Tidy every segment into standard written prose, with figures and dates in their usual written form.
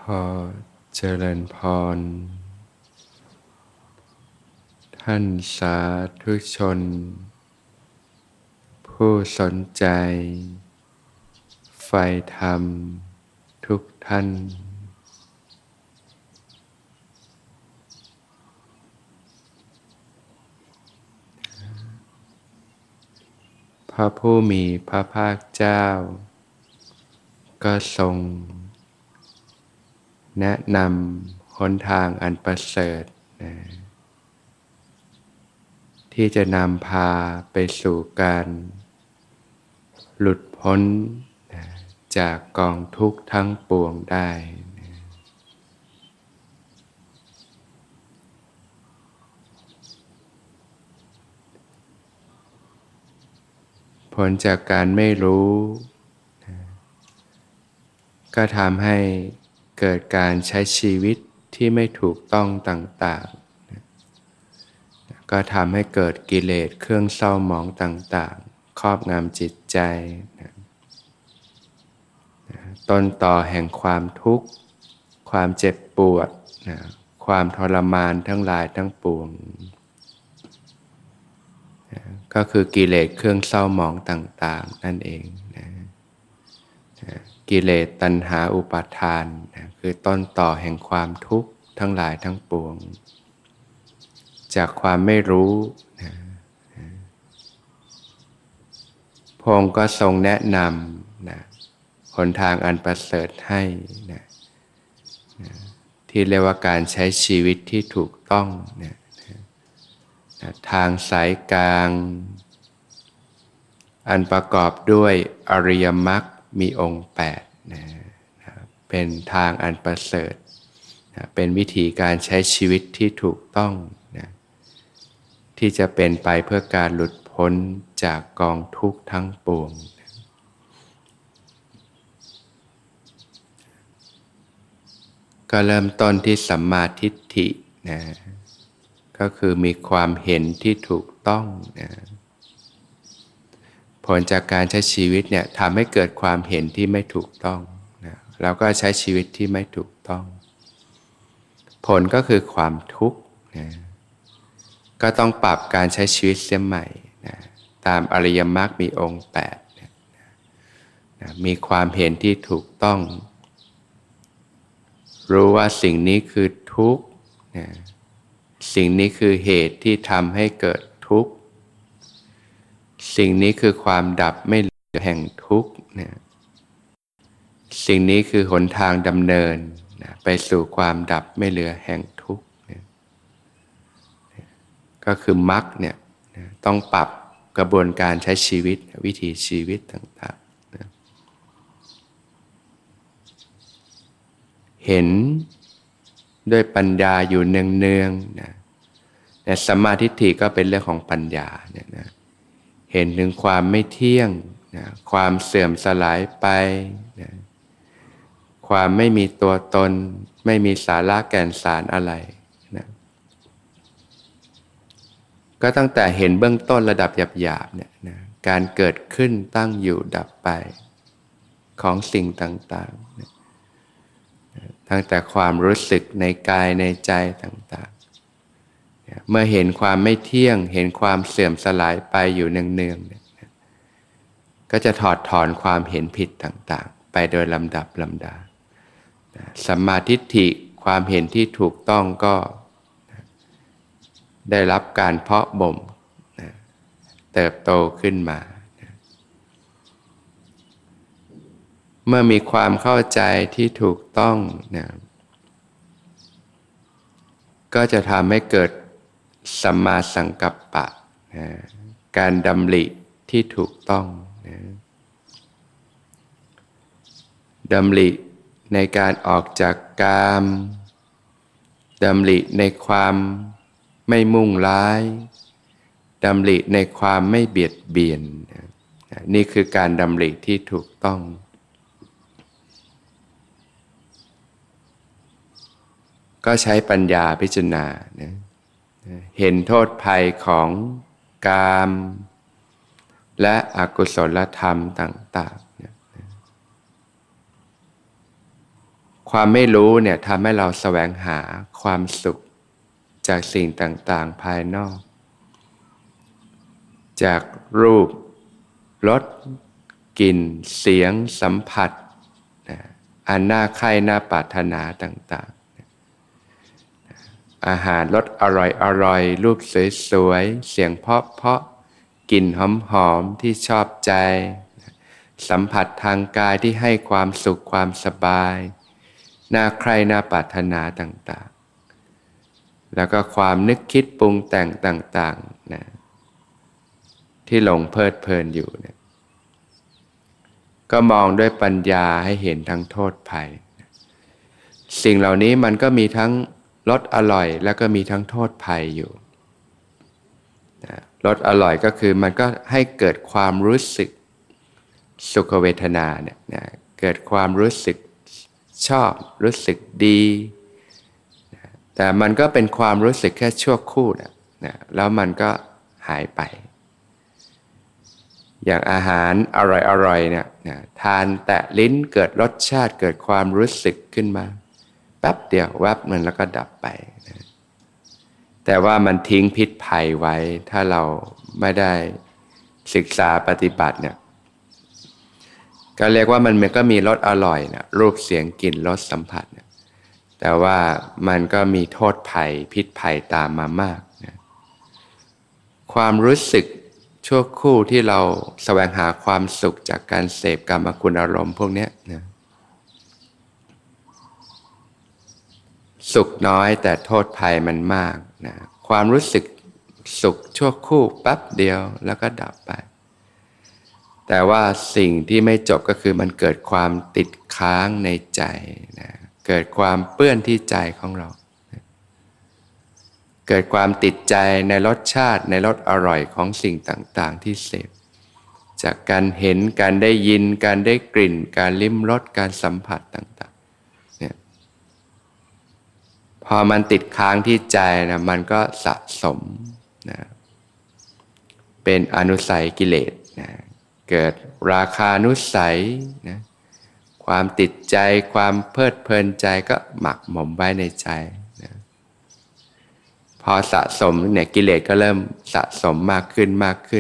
อเจริญพรท่านสาธุชนผู้สนใจใฝ่ธรรมทุกท่านพระผู้มีพระภาคเจ้าก็ทรงแนะนำหนทางอันประเสริฐที่จะนำพาไปสู่การหลุดพ้นจากกองทุกข์ทั้งปวงได้ผลจากการไม่รู้ก็ทำให้เกิดการใช้ชีวิตที่ไม่ถูกต้องต่างๆก็ทำให้เกิดกิเลสเครื่องเศร้าหมองต่างๆครอบงำจิตใจต้นต่อแห่งความทุกข์ความเจ็บปวดความทรมานทั้งหลายทั้งปวงก็คือกิเลสเครื่องเศร้าหมองต่างๆนั่นเองกิเลสตัณหาอุปาทานคือต้นต่อแห่งความทุกข์ทั้งหลายทั้งปวงจากความไม่รู้พระองค์ก็ทรงแนะนำหนทางอันประเสริฐให้ที่เรียกว่าการใช้ชีวิตที่ถูกต้องทางสายกลางอันประกอบด้วยอริยมรรคมีองค์8เป็นทางอันประเสริฐเป็นวิธีการใช้ชีวิตที่ถูกต้องที่จะเป็นไปเพื่อการหลุดพ้นจากกองทุกข์ทั้งปวงก็เริ่มต้นที่สัมมาทิฏฐิก็คือมีความเห็นที่ถูกต้องผลจากการใช้ชีวิตเนี่ยทำให้เกิดความเห็นที่ไม่ถูกต้องเราก็ใช้ชีวิตที่ไม่ถูกต้องผลก็คือความทุกข์ก็ต้องปรับการใช้ชีวิตเสียใหม่ตามอริยมรรคมีองค์8มีความเห็นที่ถูกต้องรู้ว่าสิ่งนี้คือทุกข์สิ่งนี้คือเหตุที่ทำให้เกิดทุกข์สิ่งนี้คือความดับไม่เหลือแห่งทุกข์สิ่งนี้คือหนทางดำเนินไปสู่ความดับไม่เหลือแห่งทุกข์ก็คือมรรคต้องปรับกระบวนการใช้ชีวิตวิถีชีวิตต่างๆเห็นด้วยปัญญาอยู่เนืองๆแต่สัมมาทิฏฐิก็เป็นเรื่องของปัญญาเห็นถึงความไม่เที่ยงความเสื่อมสลายไปความไม่มีตัวตนไม่มีสาระแก่นสารอะไรก็ตั้งแต่เห็นเบื้องต้นระดับหยาบๆการเกิดขึ้นตั้งอยู่ดับไปของสิ่งต่างๆตั้งแต่ความรู้สึกในกายในใจต่างๆเมื่อเห็นความไม่เที่ยงเห็นความเสื่อมสลายไปอยู่เนืองๆก็จะถอดถอนความเห็นผิดต่างๆไปโดยลำดับลำดาสัมมาทิฏฐิความเห็นที่ถูกต้องก็ได้รับการเพาะบ่มเติบโตขึ้นมาเมื่อมีความเข้าใจที่ถูกต้องก็จะทำให้เกิดสัมมาสังกัปปะการดำริที่ถูกต้องดำริในการออกจากกามดำริในความไม่มุ่งร้ายดำริในความไม่เบียดเบียนนี่คือการดำริที่ถูกต้องก็ใช้ปัญญาพิจารณาเห็นโทษภัยของกามและอกุศลธรรมต่างความไม่รู้เนี่ยทำให้เราแสวงหาความสุขจากสิ่งต่างๆภายนอกจากรูปรสกลิ่นเสียงสัมผัสอันน่าใคร่น่าปรารถนาต่างๆอาหารรสอร่อยรูปสวยๆเสียงเพราะกลิ่นหอมๆที่ชอบใจสัมผัสทางกายที่ให้ความสุขความสบายน่าใคร่น่าปรารถนาต่างๆแล้วก็ความนึกคิดปรุงแต่งต่างๆนะที่หลงเพลิดเพลินอยู่เนี่ยก็มองด้วยปัญญาให้เห็นทั้งโทษภัยสิ่งเหล่านี้มันก็มีทั้งรสอร่อยแล้วก็มีทั้งโทษภัยอยู่รสอร่อยก็คือมันก็ให้เกิดความรู้สึกสุขเวทนาเนี่ยเกิดความรู้สึกชอบรู้สึกดีแต่มันก็เป็นความรู้สึกแค่ชั่วครู่นะแล้วมันก็หายไปอย่างอาหารอร่อยเนี่ยทานแตะลิ้นเกิดรสชาติเกิดความรู้สึกขึ้นมาแป๊บเดียวแวบหนึ่งแล้วก็ดับไปนะแต่ว่ามันทิ้งพิษภัยไว้ถ้าเราไม่ได้ศึกษาปฏิบัติเนี่ยก็เรียกว่ามันก็มีรสอร่อยนะรูปเสียงกลิ่นรสสัมผัสนะแต่ว่ามันก็มีโทษภัยพิษภัยตามมามากนะความรู้สึกชั่วครู่ที่เราแสวงหาความสุขจากการเสพกามคุณอารมณ์พวกนี้นะสุขน้อยแต่โทษภัยมันมากนะความรู้สึกสุขชั่วครู่แป๊บเดียวแล้วก็ดับไปแต่ว่าสิ่งที่ไม่จบก็คือมันเกิดความติดค้างในใจนะเกิดความเปื้อนที่ใจของเราเกิดความติดใจในรสชาติในรสอร่อยของสิ่งต่างๆที่เสพจากการเห็นการได้ยินการได้กลิ่นการลิ้มรสการสัมผัสต่างๆเนี่ยพอมันติดค้างที่ใจนะมันก็สะสมนะเป็นอนุสัยกิเลสนะเกิดราคานุสัยนะความติดใจความเพลิดเพลินใจก็หมักหมมไว้ในใจนะพอสะสมเนี่ยกิเลสก็เริ่มสะสมมากขึ้น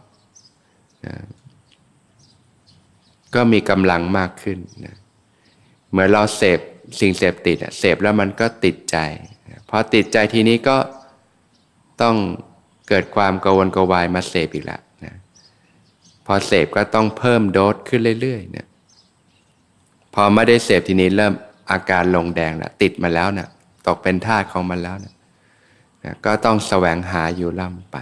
ก็มีกำลังมากขึ้นนะเหมือนเราเสพสิ่งเสพติดเสพแล้วมันก็ติดใจพอติดใจทีนี้ก็ต้องเกิดความกังวลกวายมาเสพอีกแล้วนะพอเสพก็ต้องเพิ่มโดสขึ้นเรื่อยๆเนี่ยพอไม่ได้เสพทีนี้เริ่มอาการลงแดงแล้วติดมาแล้วนะตกเป็นทาสของมันแล้วนะก็ต้องแสวงหาอยู่ล่ำไป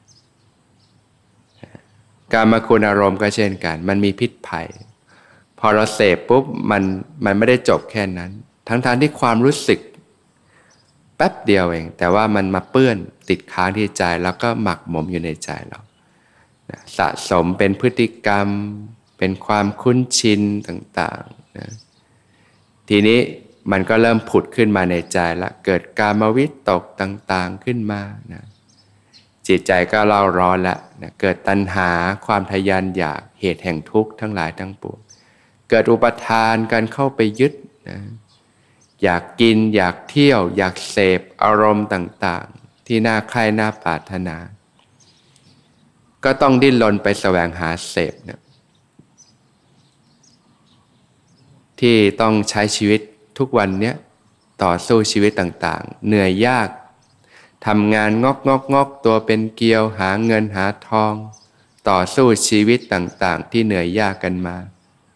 กามคุณอารมณ์ก็เช่นกันมันมีพิษภัยพอเราเสพปุ๊บมันไม่ได้จบแค่นั้นทั้งที่ความรู้สึกแป๊บเดียวเองแต่ว่ามันมาเปื้อนติดค้างที่ใจแล้วก็หมักหมมอยู่ในใจเราสะสมเป็นพฤติกรรมเป็นความคุ้นชินต่างๆนะทีนี้มันก็เริ่มผุดขึ้นมาในใจแล้วเกิดกามวิตกต่างๆขึ้นมานะจิตใจก็เล่าร้อนแล้วนะเกิดตัณหาความทยานอยากเหตุแห่งทุกข์ทั้งหลายทั้งปวงเกิดอุปทานการเข้าไปยึดนะอยากกินอยากเที่ยวอยากเสพอารมณ์ต่างๆที่น่าใคร่น่าปรารถนาก็ต้องดิ้นรนไปแสวงหาเสพเนี่ยที่ต้องใช้ชีวิตทุกวันเนี้ยต่อสู้ชีวิตต่างๆเหนื่อยยากทำงานงอกตัวเป็นเกลียวหาเงินหาทองต่อสู้ชีวิตต่างๆที่เหนื่อยยากกันมา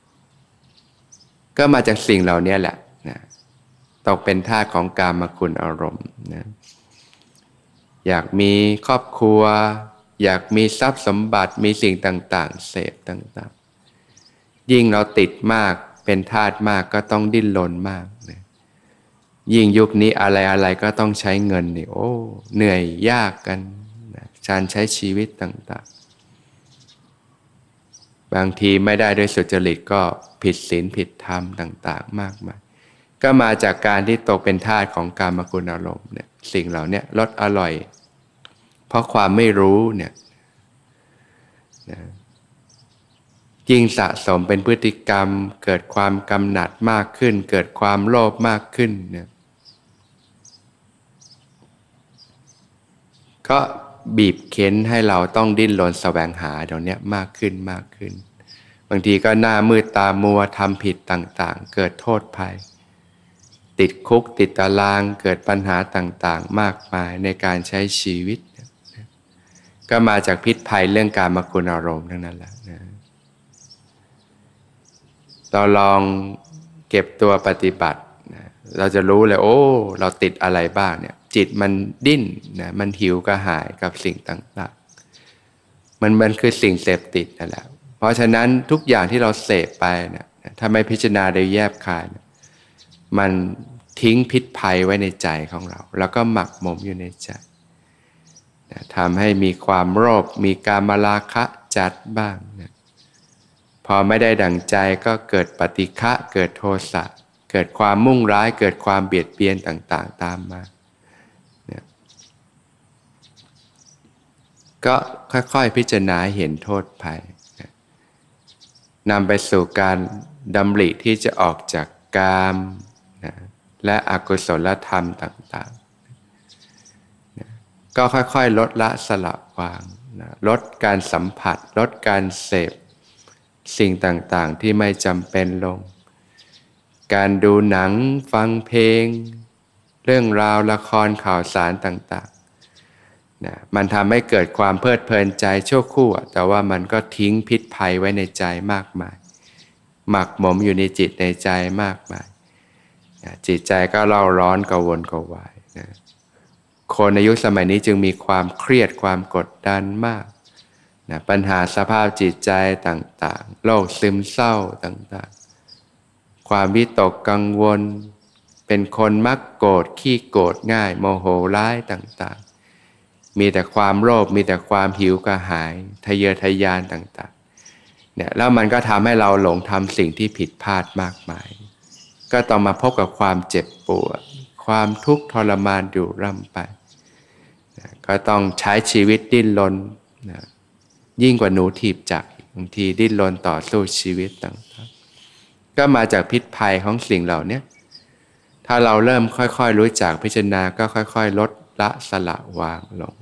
ก็มาจากสิ่งเหล่านี้แหละนะตกเป็นทาสของกามคุณอารมณ์นะอยากมีครอบครัวอยากมีทรัพย์สมบัติมีสิ่งต่างๆเสพต่างๆยิ่งเราติดมากเป็นทาสมากก็ต้องดิ้นรนมากนะยิ่งยุคนี้อะไรก็ต้องใช้เงินนี่โอ้เหนื่อยยากกันนะการใช้ชีวิตต่างๆบางทีไม่ได้ด้วยสุจริตก็ผิดศีลผิดธรรมต่างๆมากมายก็มาจากการที่ตกเป็นทาสของกามคุณอารมณ์เนี่ยสิ่งเหล่านี้รสอร่อยเพราะความไม่รู้เนี่ยนะยิ่งสะสมเป็นพฤติกรรมเกิดความกำหนัดมากขึ้นเกิดความโลภมากขึ้นเนี่ยก็บีบเค้นให้เราต้องดิ้นรนแสวงหาเดี๋ยวนี้มากขึ้นบางทีก็หน้ามืดตามัวทำผิดต่างๆเกิดโทษภัยติดคุกติดตารางเกิดปัญหาต่างๆมากมายในการใช้ชีวิตก็มาจากพิษภัยเรื่องกามคุณอารมณ์ทั้งนั้นแหละนะเราลองเก็บตัวปฏิบัตินะเราจะรู้เลยโอ้เราติดอะไรบ้างเนี่ยจิตมันดิ้นนะมันหิวกระหายกับสิ่งต่างๆมันคือสิ่งเสพติดนั่นแหละเพราะฉะนั้นทุกอย่างที่เราเสพไปเนี่ยถ้าไม่พิจารณาโดยแยบคายมันทิ้งพิษภัยไว้ในใจของเราแล้วก็หมักหมมอยู่ในใจทำให้มีความโลภมีกามราคะจัดบ้างนะพอไม่ได้ดั่งใจก็เกิดปฏิฆะเกิดโทสะเกิดความมุ่งร้ายเกิดความเบียดเบียนต่างๆตามมานะก็ค่อยๆพิจารณาเห็นโทษภัยนะนำไปสู่การดำริที่จะออกจากกามนะและอกุศลธรรมต่างๆนะก็ค่อยๆลดละสละวางนะลดการสัมผัสลดการเสพสิ่งต่างๆที่ไม่จำเป็นลงการดูหนังฟังเพลงเรื่องราวละครข่าวสารต่างๆนะมันทำให้เกิดความเพลิดเพลินใจชั่วครู่แต่ว่ามันก็ทิ้งพิษภัยไว้ในใจมากมายหมักหมมอยู่ในจิตในใจมากมายนะจิตใจก็เล่าร้อนกระวนกระวายนะคนในยุคสมัยนี้จึงมีความเครียดความกดดันมากนะปัญหาสภาพจิตใจต่างๆโรคซึมเศร้าต่างๆความวิตกกังวลเป็นคนมักโกรธขี้โกรธง่ายโมโหร้ายต่างๆมีแต่ความโลภมีแต่ความหิวกระหายทะเยอทะยานต่างๆเนี่ยแล้วมันก็ทำให้เราหลงทำสิ่งที่ผิดพลาดมากมายก็ต้องมาพบกับความเจ็บปวดความทุกข์ทรมานอยู่ร่ำไปนะก็ต้องใช้ชีวิตดิ้นรนนะยิ่งกว่าหนูถีบจักรบางทีดิ้นรนต่อสู้ชีวิตต่างๆก็มาจากพิษภัยของสิ่งเหล่านี้ถ้าเราเริ่มค่อยๆรู้จักพิจารณาก็ค่อยๆลดละสละวางลง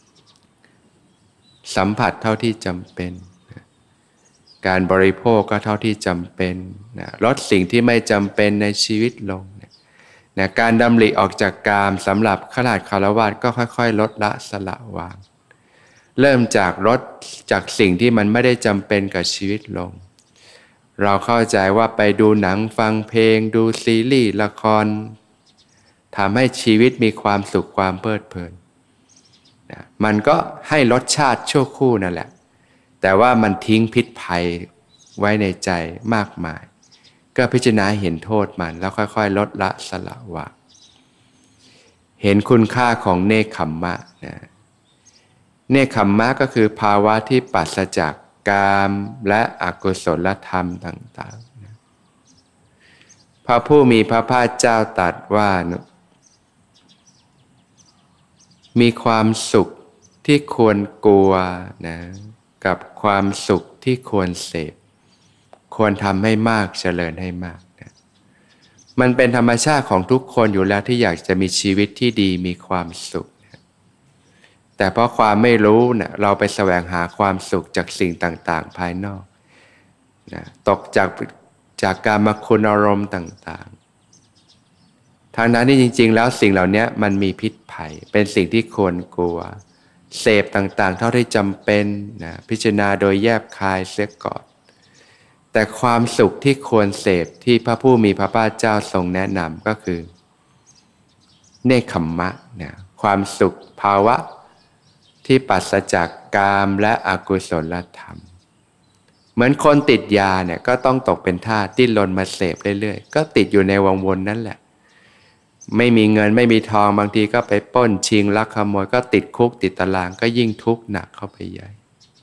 สัมผัสเท่าที่จำเป็นการบริโภคก็เท่าที่จำเป็นลดสิ่งที่ไม่จำเป็นในชีวิตลงการดำริออกจากกามสำหรับฆราวาสคฤหัสถ์ก็ค่อยๆลดละสละวางเริ่มจากลดจากสิ่งที่มันไม่ได้จำเป็นกับชีวิตลงเราเข้าใจว่าไปดูหนังฟังเพลงดูซีรีส์ละครทำให้ชีวิตมีความสุขความเพลิดเพลินมันก็ให้รสชาติชั่วครู่นั่นแหละแต่ว่ามันทิ้งพิษภัยไว้ในใจมากมายก็พิจารณาเห็นโทษมันแล้วค่อยๆลดละสละวางเห็นคุณค่าของเนคขัมมะนะเนคขัมมะก็คือภาวะที่ปราศจากกามและอกุศลธรรมต่างๆนะพระผู้มีพระภาคเจ้าตรัสว่ามีความสุขที่ควรกลัวนะกับความสุขที่ควรเสพควรทำให้มากเจริญให้มากนะมันเป็นธรรมชาติของทุกคนอยู่แล้วที่อยากจะมีชีวิตที่ดีมีความสุขนะแต่เพราะความไม่รู้นะเราไปแสวงหาความสุขจากสิ่งต่างๆภายนอกนะตกจากกามคุณอารมณ์ต่างๆทางนั้นที่จริงๆแล้วสิ่งเหล่านี้มันมีพิษภัยเป็นสิ่งที่ควรกลัวเสพต่างๆเท่าที่จำเป็นนะพิจารณาโดยแยบคายเสียก่อนแต่ความสุขที่ควรเสพที่พระผู้มีพระภาคเจ้าทรงแนะนำก็คือเนคขัมมะนะความสุขภาวะที่ปราศจากกามและอกุศลธรรมเหมือนคนติดยาเนี่ยก็ต้องตกเป็นทาสดิ้นรนมาเสพเรื่อยๆก็ติดอยู่ในวงวนนั่นแหละไม่มีเงินไม่มีทองบางทีก็ไปปล้นชิงลักขโมยก็ติดคุกติดตารางก็ยิ่งทุกข์หนักเข้าไปใหญ่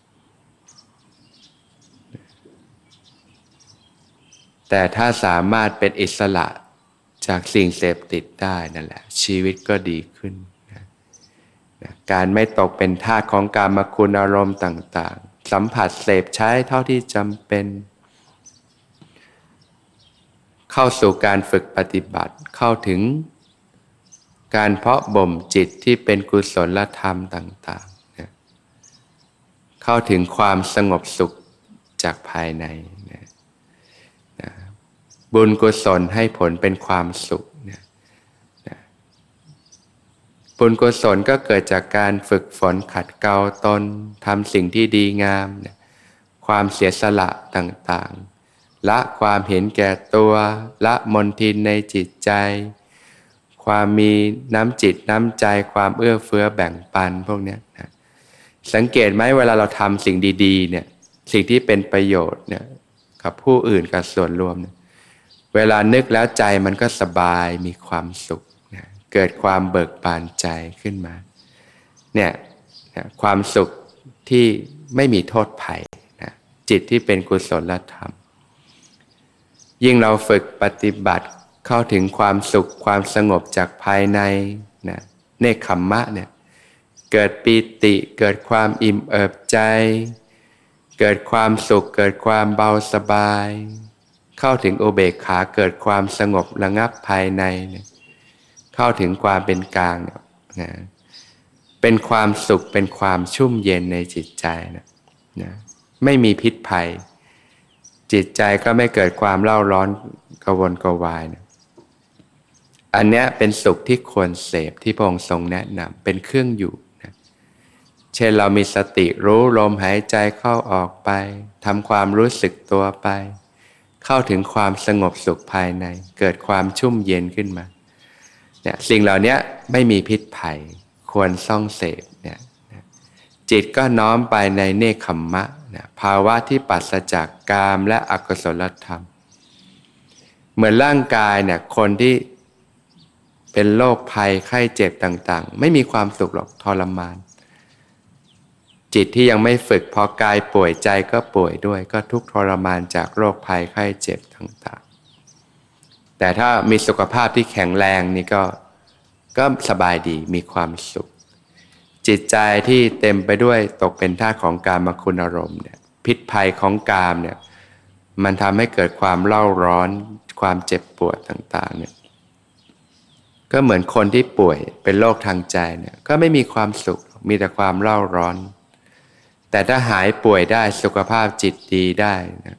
แต่ถ้าสามารถเป็นอิสระจากสิ่งเสพติดได้นั่นแหละชีวิตก็ดีขึ้นนะการไม่ตกเป็นทาสของกามคุณอารมณ์ต่างสัมผัสเสพใช้เท่าที่จำเป็นเข้าสู่การฝึกปฏิบัติเข้าถึงการเพาะบ่มจิตที่เป็นกุศลธรรมต่างๆนะเข้าถึงความสงบสุขจากภายในนะบุญกุศลให้ผลเป็นความสุขนะบุญกุศลก็เกิดจากการฝึกฝนขัดเกลาตนทำสิ่งที่ดีงามนะความเสียสละต่างๆละความเห็นแก่ตัวละมลทินในจิตใจความมีน้ำจิตน้ำใจความเอื้อเฟื้อแบ่งปันพวกนี้นะสังเกตไหมเวลาเราทำสิ่งดีๆเนี่ยสิ่งที่เป็นประโยชน์เนี่ยกับผู้อื่นกับส่วนรวมเนี่ยเวลานึกแล้วใจมันก็สบายมีความสุขนะเกิดความเบิกบานใจขึ้นมาเนี่ยความสุขที่ไม่มีโทษภัยนะจิตที่เป็นกุศลธรรมยิ่งเราฝึกปฏิบัติเข้าถึงความสุขความสงบจากภายในนะเนคขัมมะเนี่ยเกิดปีติเกิดความอิ่มเอิบใจเกิดความสุขเกิดความเบาสบายเข้าถึงอุเบกขาเกิดความสงบระงับภายในเนี่ยเข้าถึงความเป็นกลางเนี่ยนะเป็นความสุขเป็นความชุ่มเย็นในจิตใจนะไม่มีพิษภัยจิตใจก็ไม่เกิดความเล่าร้อนกระวนกระวายนะอันเนี้ยเป็นสุขที่ควรเสพที่พระองค์ทรงแนะนำเป็นเครื่องอยู่นะเช่นเรามีสติรู้ลมหายใจเข้าออกไปทำความรู้สึกตัวไปเข้าถึงความสงบสุขภายในเกิดความชุ่มเย็นขึ้นมาเนี่ยสิ่งเหล่านี้ไม่มีพิษภัยควรซ่องเสพเนี่ยจิตก็น้อมไปในเนคขัมมะนะภาวะที่ปราศจากกามและอกุศลธรรมเหมือนร่างกายเนี่ยคนที่เป็นโรคภัยไข้เจ็บต่างๆไม่มีความสุขหรอกทรมานจิตที่ยังไม่ฝึกพอกายป่วยใจก็ป่วยด้วยก็ทุกข์ทรมานจากโรคภัยไข้เจ็บต่างๆแต่ถ้ามีสุขภาพที่แข็งแรงนี่ก็สบายดีมีความสุขจิตใจที่เต็มไปด้วยตกเป็นทาสของกามคุณอารมณ์เนี่ยพิษภัยของกามเนี่ยมันทำให้เกิดความเล่าร้อนความเจ็บปวดต่างๆเนี่ยก็เหมือนคนที่ป่วยเป็นโรคทางใจเนี่ยก็ไม่มีความสุขมีแต่ความเล่าร้อนแต่ถ้าหายป่วยได้สุขภาพจิตดีได้นะ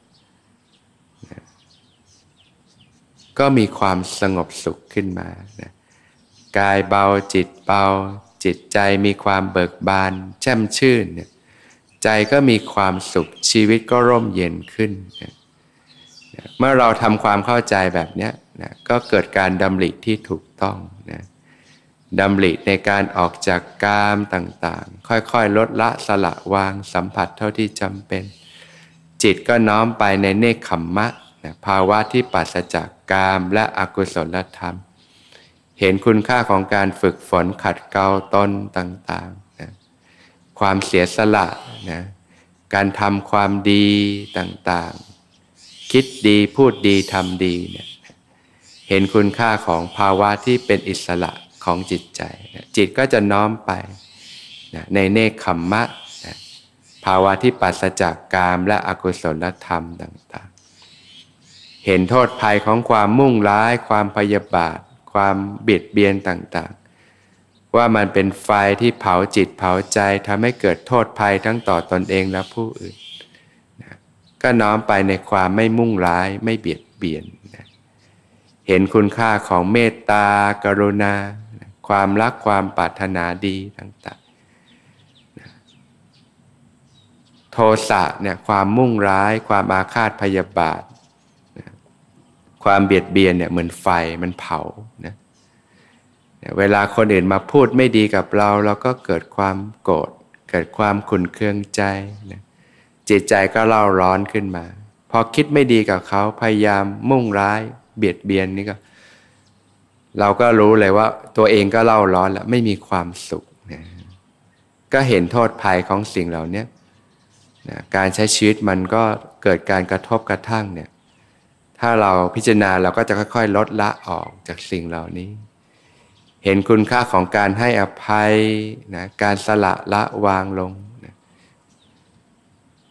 ก็มีความสงบสุขขึ้นมานะกายเบาจิตเบาจิตใจมีความเบิกบานแช่มชื่นเนี่ยใจก็มีความสุขชีวิตก็ร่มเย็นขึ้นนะเมื่อเราทำความเข้าใจแบบนี้นะก็เกิดการดำริที่ถูกต้องนะดำริในการออกจากกามต่างๆค่อยๆลดละสละวางสัมผัสเท่าที่จำเป็นจิตก็น้อมไปในเนคขัมมะนะภาวะที่ปราศจากกามและอกุศลธรรมเห็นคุณค่าของการฝึกฝนขัดเกลาตนต่างๆนะความเสียสละนะการทำความดีต่างๆคิดดีพูดดีทำดีเนี่ยเห็นคุณค่าของภาวะที่เป็นอิสระของจิตใจนะจิตก็จะน้อมไปนะในเนคขัมมะนะภาวะที่ปราศจากกามและอกุศลธรรมต่างๆเห็นโทษภัยของความมุ่งร้ายความพยาบาทความเบียดเบียนต่างๆว่ามันเป็นไฟที่เผาจิตเผาใจทำให้เกิดโทษภัยทั้งต่อตนเองและผู้อื่นนะก็น้อมไปในความไม่มุ่งร้ายไม่เบียดเบียนนะเห็นคุณค่าของเมตตากรุณานะความรักความปรารถนาดีต่างๆนะโทสะเนี่ยความมุ่งร้ายความอาฆาตพยาบาทความเบียดเบียนเนี่ยเหมือนไฟมันเผานะเวลาคนอื่นมาพูดไม่ดีกับเราเราก็เกิดความโกรธเกิดความขุ่นเคืองใจนะจิตใจก็เล่าร้อนขึ้นมาพอคิดไม่ดีกับเขาพยายามมุ่งร้ายเบียดเบียนนี่ก็เราก็รู้เลยว่าตัวเองก็เล่าร้อนแล้วไม่มีความสุขนะก็เห็นโทษภัยของสิ่งเหล่านี้นะการใช้ชีวิตมันก็เกิดการกระทบกระทั่งเนี่ยถ้าเราพิจารณาเราก็จะค่อยๆลดละออกจากสิ่งเหล่านี้เห็นคุณค่าของการให้อภัยนะการสละละวางลงนะ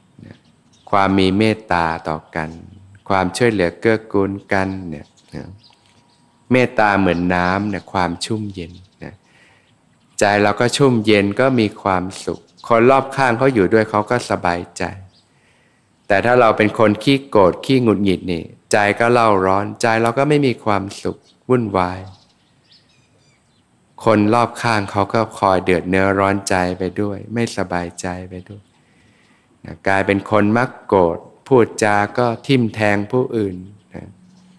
ความมีเมตตาต่อกันความช่วยเหลือเกื้อกูลกันเนี่ยเมตตาเหมือนน้ำเนี่ยความชุ่มเย็นนะใจเราก็ชุ่มเย็นก็มีความสุขคนรอบข้างเขาอยู่ด้วยเขาก็สบายใจแต่ถ้าเราเป็นคนขี้โกรธขี้หงุดหงิดนี่ใจก็เล่าร้อนใจเราก็ไม่มีความสุขวุ่นวายคนรอบข้างเขาก็คอยเดือดเนื้อร้อนใจไปด้วยไม่สบายใจไปด้วยนะกลายเป็นคนมักโกรธพูดจาก็ทิ่มแทงผู้อื่นนะ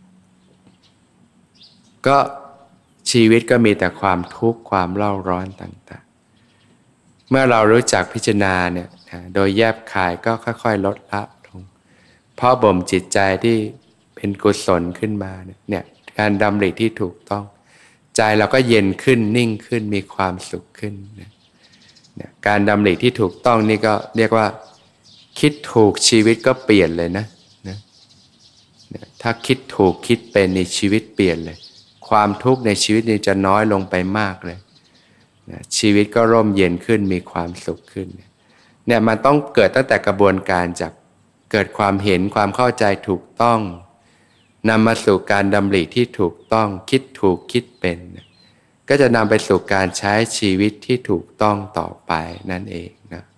ก็ชีวิตก็มีแต่ความทุกข์ความเล่าร้อนต่างๆเมื่อเรารู้จักพิจารณาเนี่ยนะโดยแยบคายก็ค่อยๆลดละลงเพราะบ่มจิตใจที่เป็นกุศลขึ้นมาเนี่ยการดำริที่ถูกต้องใจเราก็เย็นขึ้นนิ่งขึ้นมีความสุขขึ้นนะการดำริที่ถูกต้องนี่ก็เรียกว่าคิดถูกชีวิตก็เปลี่ยนเลยนะถ้าคิดถูกคิดเป็นในชีวิตเปลี่ยนเลยความทุกข์ในชีวิตนี้จะน้อยลงไปมากเลยชีวิตก็ร่มเย็นขึ้นมีความสุขขึ้นเนี่ยมันต้องเกิดตั้งแต่กระบวนการจากเกิดความเห็นความเข้าใจถูกต้องนำมาสู่การดำริที่ถูกต้องคิดถูกคิดเป็นก็จะนำไปสู่การใช้ชีวิตที่ถูกต้องต่อไปนั่นเองนะ